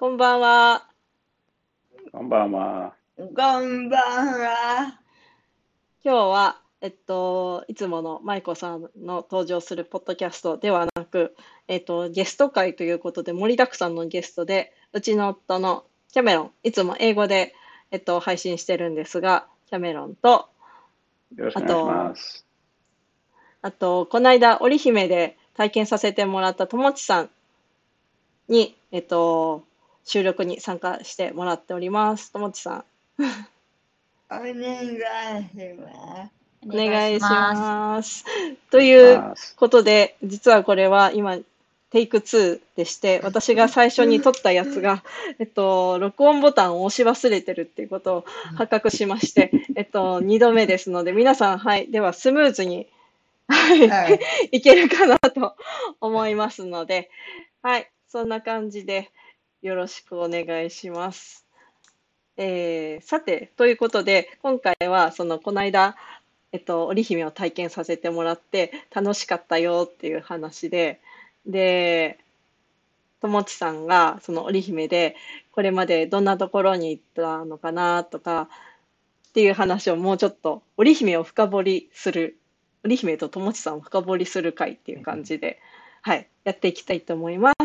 こんばんは。 こんばんは。 こんばんは。 今日は、いつもの舞子さんの登場するポッドキャストではなく、ゲスト会ということで盛りだくさんのゲストで、うちの夫のキャメロン、いつも英語で、配信してるんですが、キャメロンと、 よろしくお願いします。 あと、この間、織姫で体験させてもらったともちさんに、収録に参加してもらっております。ともちさん。 お願いします。 お願いします。とお願いいうしますことで、実はこれは今、テイク2でして、私が最初に撮ったやつが、録音ボタンを押し忘れてるっていうことを発覚しまして、2度目ですので、皆さん、はい、ではスムーズに、はいはい。 いけるかなと思いますので、はい、そんな感じでよろしくお願いします。さて、ということで、今回は、この間、織姫を体験させてもらって楽しかったよっていう話で、ともちさんがその織姫でこれまでどんなところに行ったのかなとかっていう話をもうちょっと織姫を深掘りする、織姫とともちさんを深掘りする会っていう感じで、はい、やっていきたいと思います。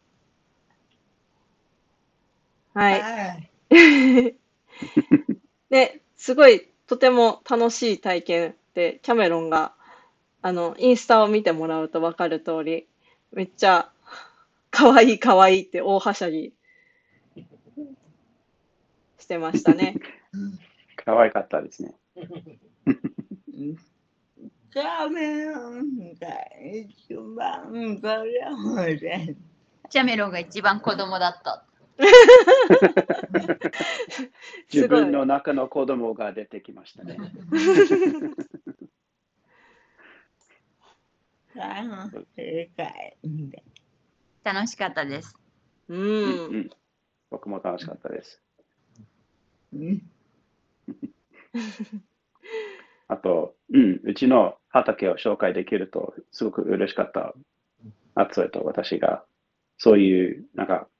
はい。 はい。 で、すごいとても楽しい体験で、キャメロンがインスタを見てもらうと分かる通り、めっちゃ可愛い可愛いって大はしゃぎしてましたね。 可愛かったですね。 カメロンが一番子供でキャメロンが一番子供だった。 自すごい。 分の中の子供が出てきましたね。 楽しかった楽しかったです。 ううんん。 僕も楽しかったです。 うんあと、うちの畑を紹介できるとすごく嬉しかった。あつえと私が、そういう、なんか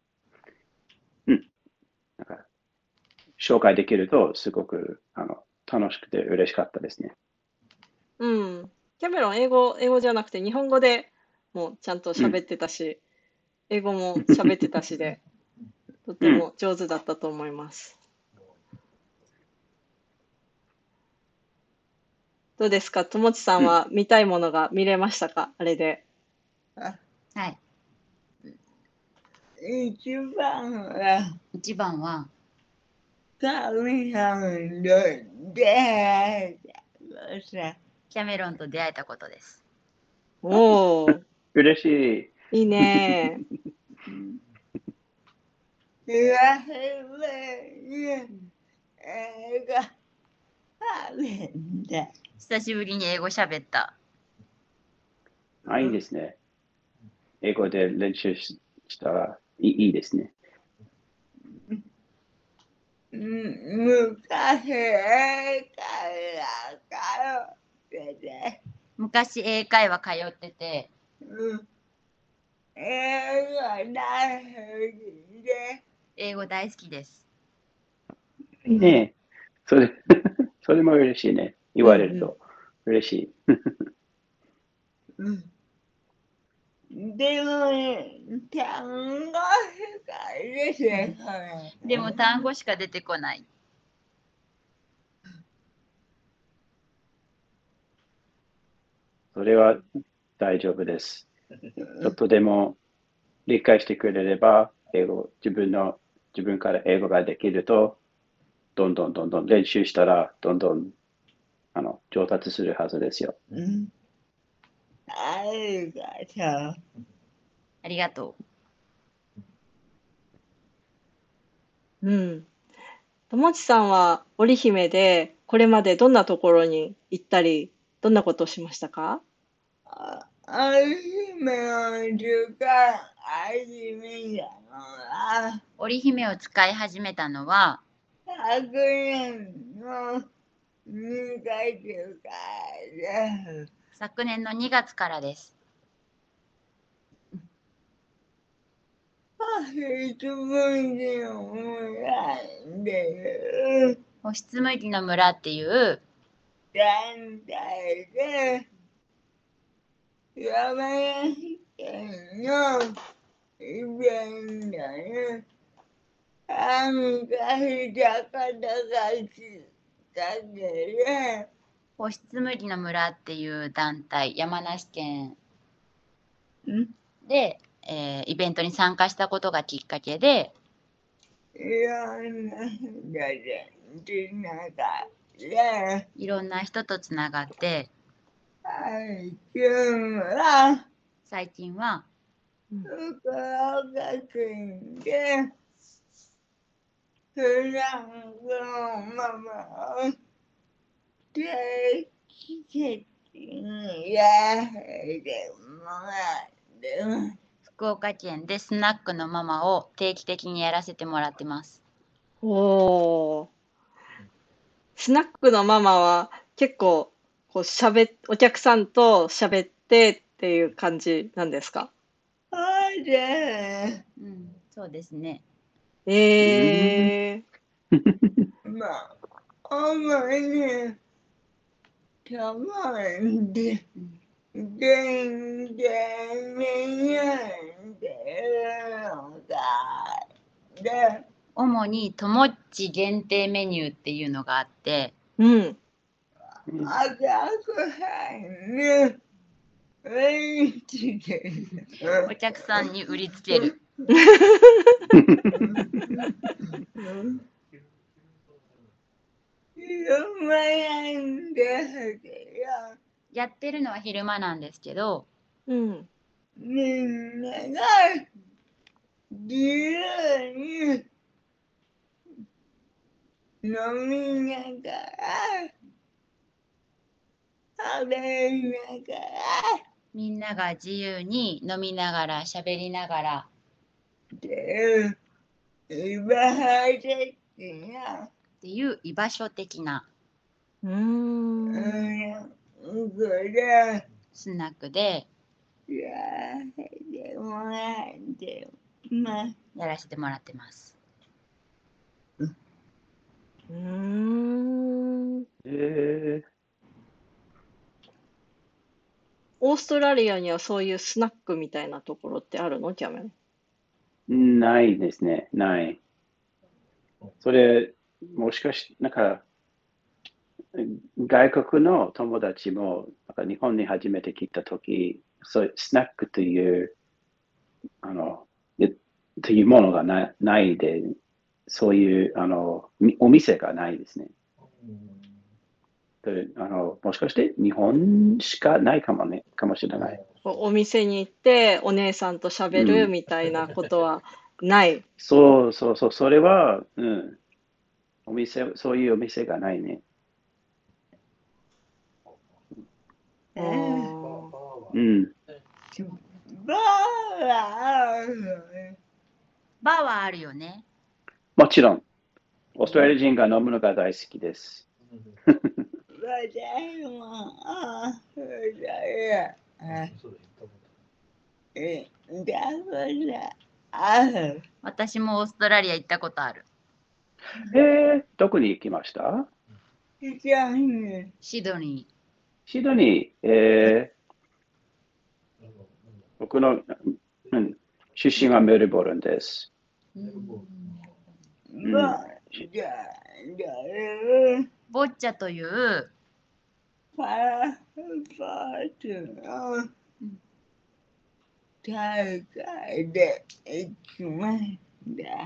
紹介できるとすごく楽しくて嬉しかったですね。 うん。キャメロン英語じゃなくて日本語でもうちゃんと喋ってたし、英語も喋ってたしで、とても上手だったと思います。どうですか、ともちさんは見たいものが見れましたか、あれで。 あはい。 一番は一番は、 カメさんと出会えたことキャメロンと出会えたことです。 おー、 嬉しい。 いいね。 久しぶりに映画食べた久しぶりに英語喋った。 いいですね。英語で練習したらいいですね。 昔映画通ってて昔英会話通ってて、 映画大好きで英語大好きです。 いいね。それ、それも嬉しいね。言われると嬉しい。 でもね、単語しか出てこない。 でも単語しか出てこない。 それは大丈夫です。ちょっとでも理解してくれれば、自分から英語ができると、どんどん練習したら、どんどん上達するはずですよ。 ありがとう。 ありがとうん。ともちさんは織姫でこれまでどんなところに行ったり、どんなことをしましたか？ 姫の時間始めたのは、 う。織姫を使い始めたのは、 昨年の2月からです。 昨年の2月からです。 つむぎの村っていうおひつむぎの村っていう団体で、山梨県のイベントに参加した方がきっかけで、 おひつむぎの村っていう団体、山梨県で、イベントに参加したことがきっかけで、 いろんな人でつながって、 いろんな人とつながって、 最近は最近は福岡県でフランスのママを定期的にやってもらってます。 福岡県でスナックのママを定期的にやらせてもらってます。 おー。スナックのママは結構こうお客さんと喋ってっていう感じなんですか？ そうです。 そうですね。 えまあ、主に友達全然見ないでるのがで、 主にともっち限定メニューっていうのがあって、 うん。 赤く入る売りつける。 お客さんに売りつける。 うまいんですけど、 やってるのは昼間なんですけど、 うん。 みんなが自由に飲みながら、食べながら、 みんなが自由に飲みながら喋りながらで、居場所的な、 っていう居場所的なうーん。 これ、 スナックでやってもらってます。 やらせてもらってます。 うーん。オーストラリアにはそういうスナックみたいなところってあるの、キャメン？ ないですね。ない。それ、もしかし、外国の友達も、日本に初めて来たとき、そういうスナックという、というものがないで、そういう、お店がないですね。でもしかして日本しかないかもしれない。 お店に行ってお姉さんと喋るみたいなことはない。 そう、それは、そういうお店がないね。 あーうん。 バーはあるのね。 バーはあるよね。 もちろん、オーストラリア人が飲むのが大好きです。 私も、それだからある。 私もオーストラリア行ったことある。 どこに行きました？ シドニシドニー。僕の、出身はメルボルンです。 ボッチャというパラスポーツの大会で行きました。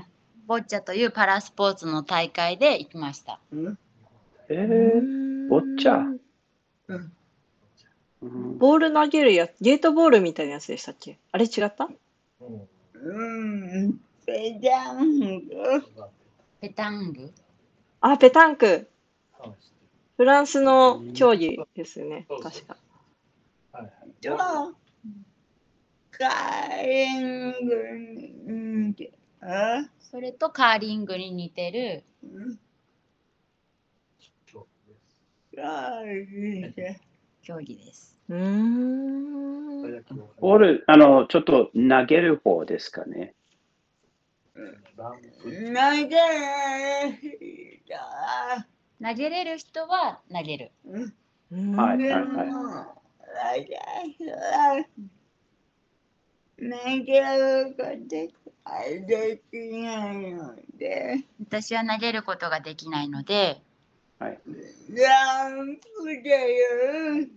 ボッチャというパラスポーツの大会で行きました。 ボッチャ。 ボール投げるやつ、ゲートボールみたいなやつでしたっけ？あれ違った？ ペタンク。 ペタング？ あ、ペタンク。フランスの競技ですよね、確か。 と、カーリングに似てる。 それとカーリングに似てる競技です。 うーん。 ボール、ちょっと投げる方ですかね。 ランプ投げる人は投げれる人は投げる。 はいでも、私は投げることができないので、 私は投げることができないので、 はい。 ランプでいう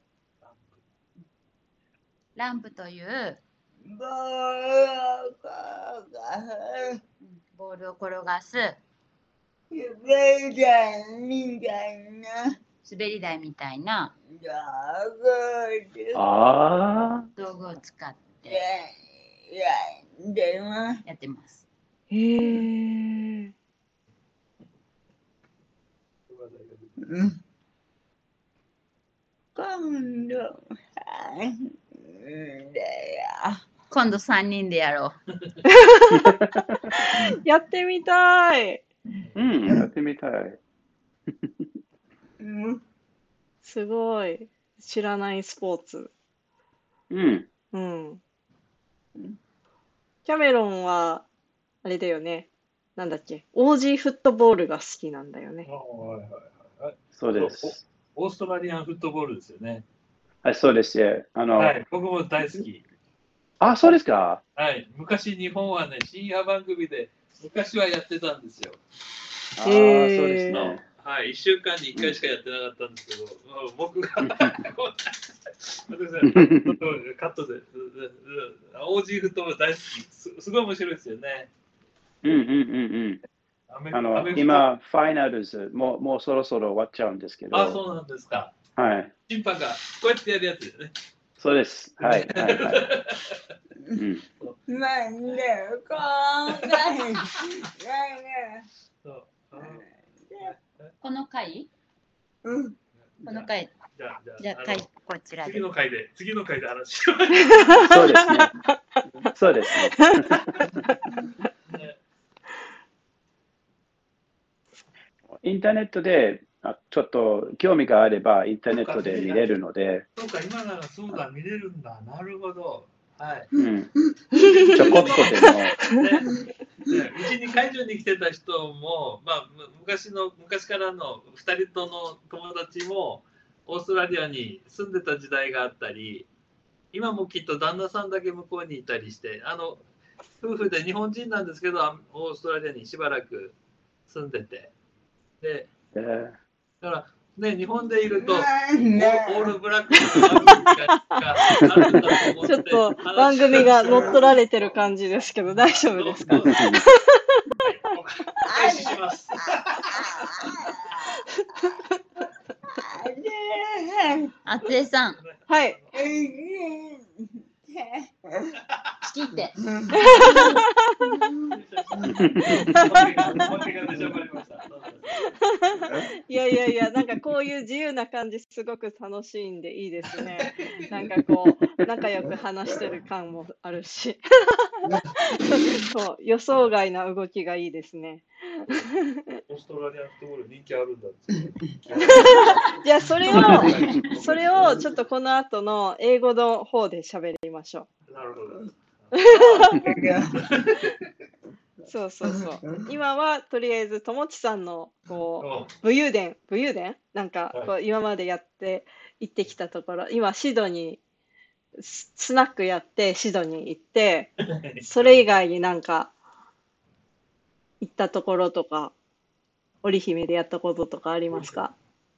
ランプというボールを転がすボールを転がす滑り台みたいな滑り台みたいなあ道具を使ってやってます。 やってます。 へえ。 今度は今度3人でやろう。 やってみたい。 うん、やってみたい。 すごい。知らないスポーツ。 うん。 うん。キャメロンは、あれだよね。なんだっけ。オージーフットボールが好きなんだよね。 はいはいはい。 そうです。 オーストラリアンフットボールですよね。 はい、そうですよ。 はい、僕も大好き。 あ、そうですか。 はい、昔日本はね、深夜番組で昔はやってたんですよ。 ああ、そうですね。 はい、1週間に1回しかやってなかったんですけど、僕がカットで、オージーフットボール大好き。すごい面白いですよね。 うんうんうんうん。今、ファイナルズ、もうそろそろ終わっちゃうんですけど。 あ、そうなんですか。 はい。 審判がこうやってやるやつですね。 そうです。はいはいはい。 なんで今回この回この回じゃあ回こちらで。 次の回で話しましょう。そうですね。そうですね。インターネットでちょっと興味があればインターネットで見れるので。 そうか、今ならそうだ、見れるんだ。なるほど。はい。 うん。ちょこっとでも。 うちに会場に来てた人も、まあ、昔からの2人との友達もオーストラリアに住んでた時代があったり、今もきっと旦那さんだけ向こうにいたりして、夫婦で日本人なんですけど、オーストラリアにしばらく住んでて。で、だからね、日本でいると、オールブラックの番組があるんだと思って。 ちょっと番組が乗っ取られてる感じですけど、大丈夫ですか？ お返しします。 あつえさん、 はい。 好きって。 いや、なんかこういう自由な感じすごく楽しいんでいいですね。なんかこう、仲良く話してる感もあるし。そう、予想外な動きがいいですね。 オーストラリアンフットボール人気あるんだって。 じゃあそれをちょっとこの後の英語の方で喋りましょう。なるほど。 そう。今はとりあえずともちさんのこう武勇伝なんかこう今まで行ってきたところ、今シドニースナックやってシドニー行って、それ以外になんか行ったところとか、織姫でやったこととかありますか？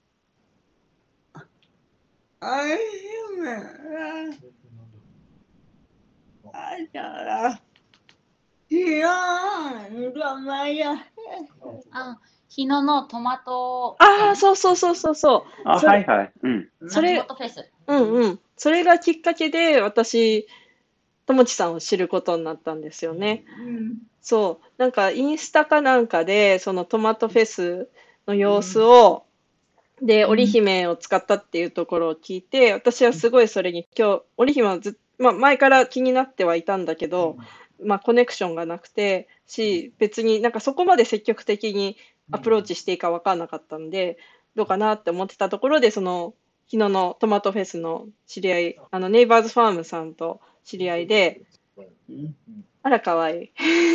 日野のトマト。 ああ、そう。 あ、はいはい。うん。 それ、 トマトフェス。 それがきっかけで私、ともちさんを知ることになったんですよね。そう、なんかインスタかなんかで、そのトマトフェスの様子を、で、織姫を使ったっていうところを聞いて、私はすごいそれに織姫は前から気になってはいたんだけど、コネクションがなくて、別になんかそこまで積極的にアプローチしていいか分からなかったんで、どうかなって思ってたところで、その日野のトマトフェスの知り合い、ネイバーズファームさんと知り合いで、 あら、かわいい。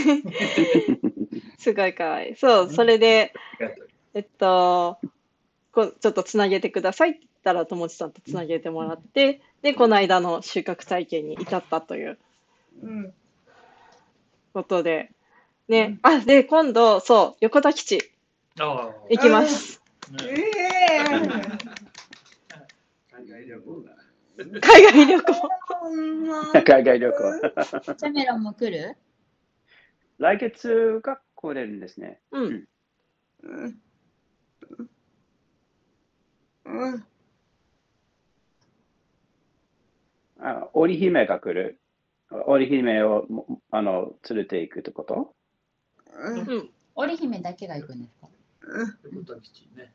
すごいかわいい。そう、それで、ちょっとつなげてくださいって言ったら、友地さんとつなげてもらって、で、この間の収穫体験に至ったといううん。 ことで、ね。あ、で、今度、そう、横田基地あ行きます。 あ、ね、海外旅行だ。 海外旅行。 海外旅行。 キャメロンも来る？ 来月が来れるんですね。 うん。 織姫が来る。織姫を連れて行くってこと？ うん。 織姫だけが行くんですか？ 横田基地ね。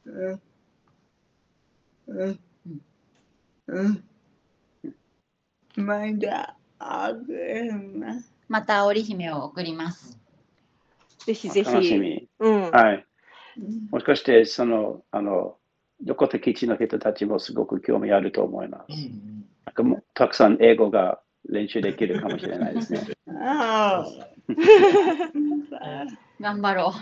また織姫を送ります。 ぜひぜ楽しひ。 み。 うん。 はい。もしかして、横田基地の人たちもすごく興味あると思います。なんかもうたくさん英語が練習できるかもしれないですね。 頑張ろ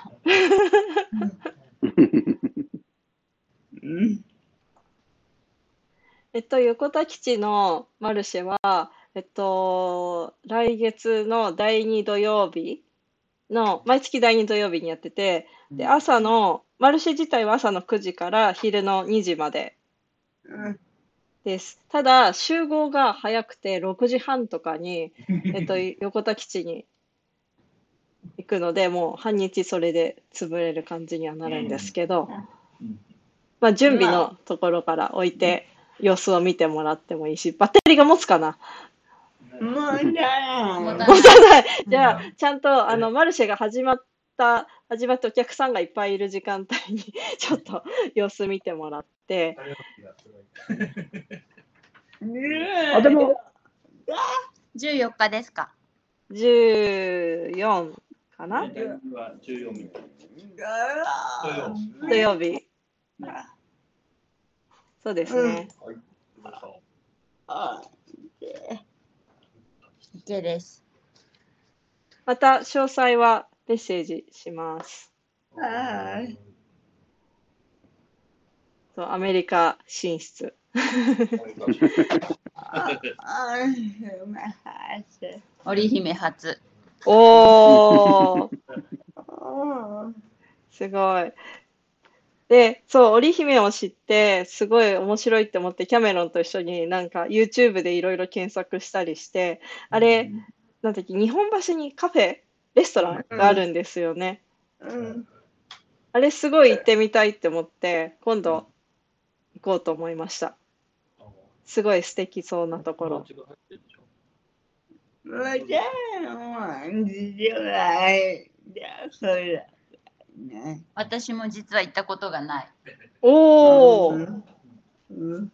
横田基地のマルシェは、来月の第2土曜日の、毎月第2土曜日にやってて、で、マルシェ自体は朝の9時から昼の2時までです。ただ、集合が早くて6時半とかに、横田基地に行くので、もう半日それで潰れる感じにはなるんですけど、まあ、準備のところから置いて、様子を見てもらってもいいし、バッテリーが持つかな？持たない。じゃあ、ちゃんと、マルシェが始まってお客さんがいっぱいいる時間帯に、ちょっと様子見てもらって、 でも、 14日ですか 14かな？土曜日。そうですね。 OK です。 また詳細はメッセージします。そう、アメリカ進出。 織姫初。 おー、すごい。で、そう、織姫を知って、すごい面白いって思って、キャメロンと一緒になんか YouTube でいろいろ検索したりして、あれ、なんだっけ、日本橋にレストランがあるんですよね。あれすごい行ってみたいって思って、今度行こうと思いました。すごい素敵そうなところ。 私も実は行ったことがない。 おー。 行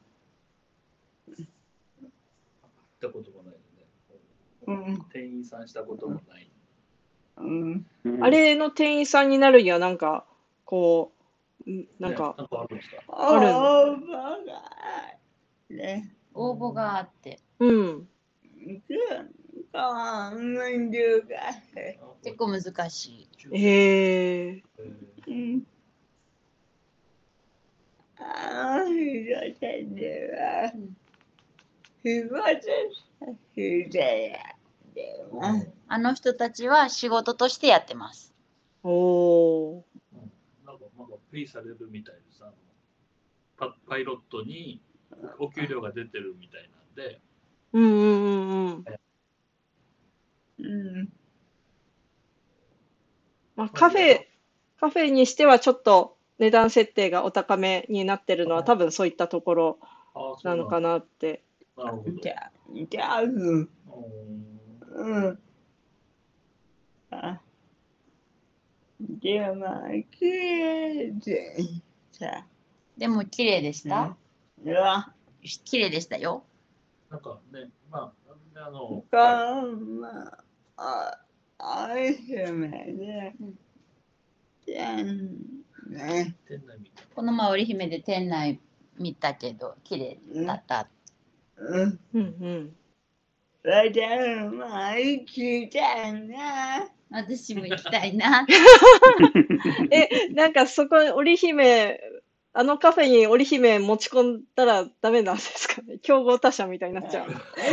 ったこともないよね。店員さんしたこともない。 あれの店員さんになるには、なんか、こう、なんか、 なんかあるんですか？ ある応募があって。 うん。 結構難しい。 へえ。 あの人たちは仕事としてやってます。 おー。 なんかペイされるみたいでさ、パイロットにお給料が出てるみたいなんで。 うんうんうんうん。まあ、カフェにしてはちょっと値段設定がお高めになってるのは多分そういったところなのかなって。 なるほど。 でも綺麗でした？綺麗でしたよ。 なんかね、まあ、 この前織姫で店内見たけど綺麗だった。 うんうん。 私も行きたいな。 私も行きたいな。 なんかそこに織姫、あのカフェに織姫持ち込んだらダメなんですかね。競合他社みたいになっちゃう。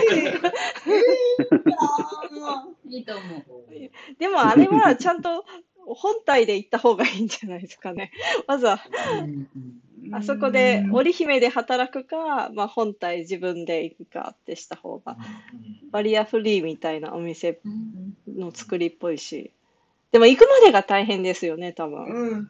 いいと思う。 でもあれはちゃんと本体で行った方がいいんじゃないですかね。まずはあそこで織姫で働くか、まあ、本体自分で行くかってした方がバリアフリーみたいなお店の作りっぽいし、でも行くまでが大変ですよね、多分。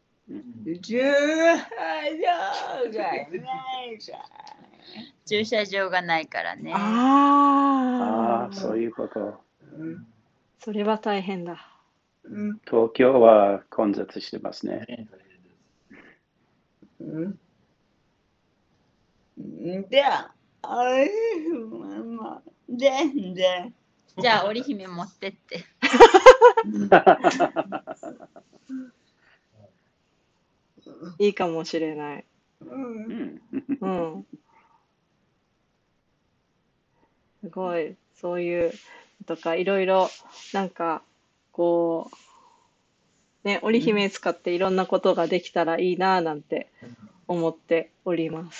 駐車場がないからね。 ああ、そういうこと。 それは大変だ。 東京は混雑してますね。 で、全然。 じゃあ織姫持ってって。 いいかもしれない。すごい、そういうとかいろいろなんかこうね、織姫使っていろんなことができたらいいななんて思っております。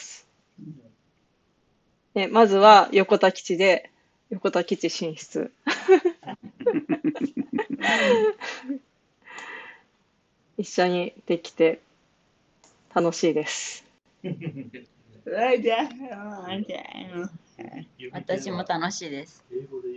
まずは横田基地で横田基地進出。一緒にできて楽しいです。 私も楽しいです。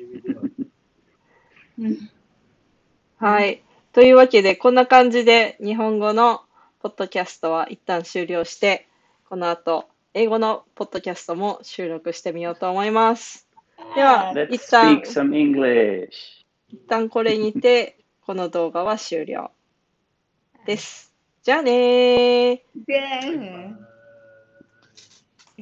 はい。というわけで、こんな感じで日本語のポッドキャストは一旦終了して、この後、英語のポッドキャストも収録してみようと思います。では、 Let's 一旦 speak some English. これにて、この動画は終了です。じゃあねー。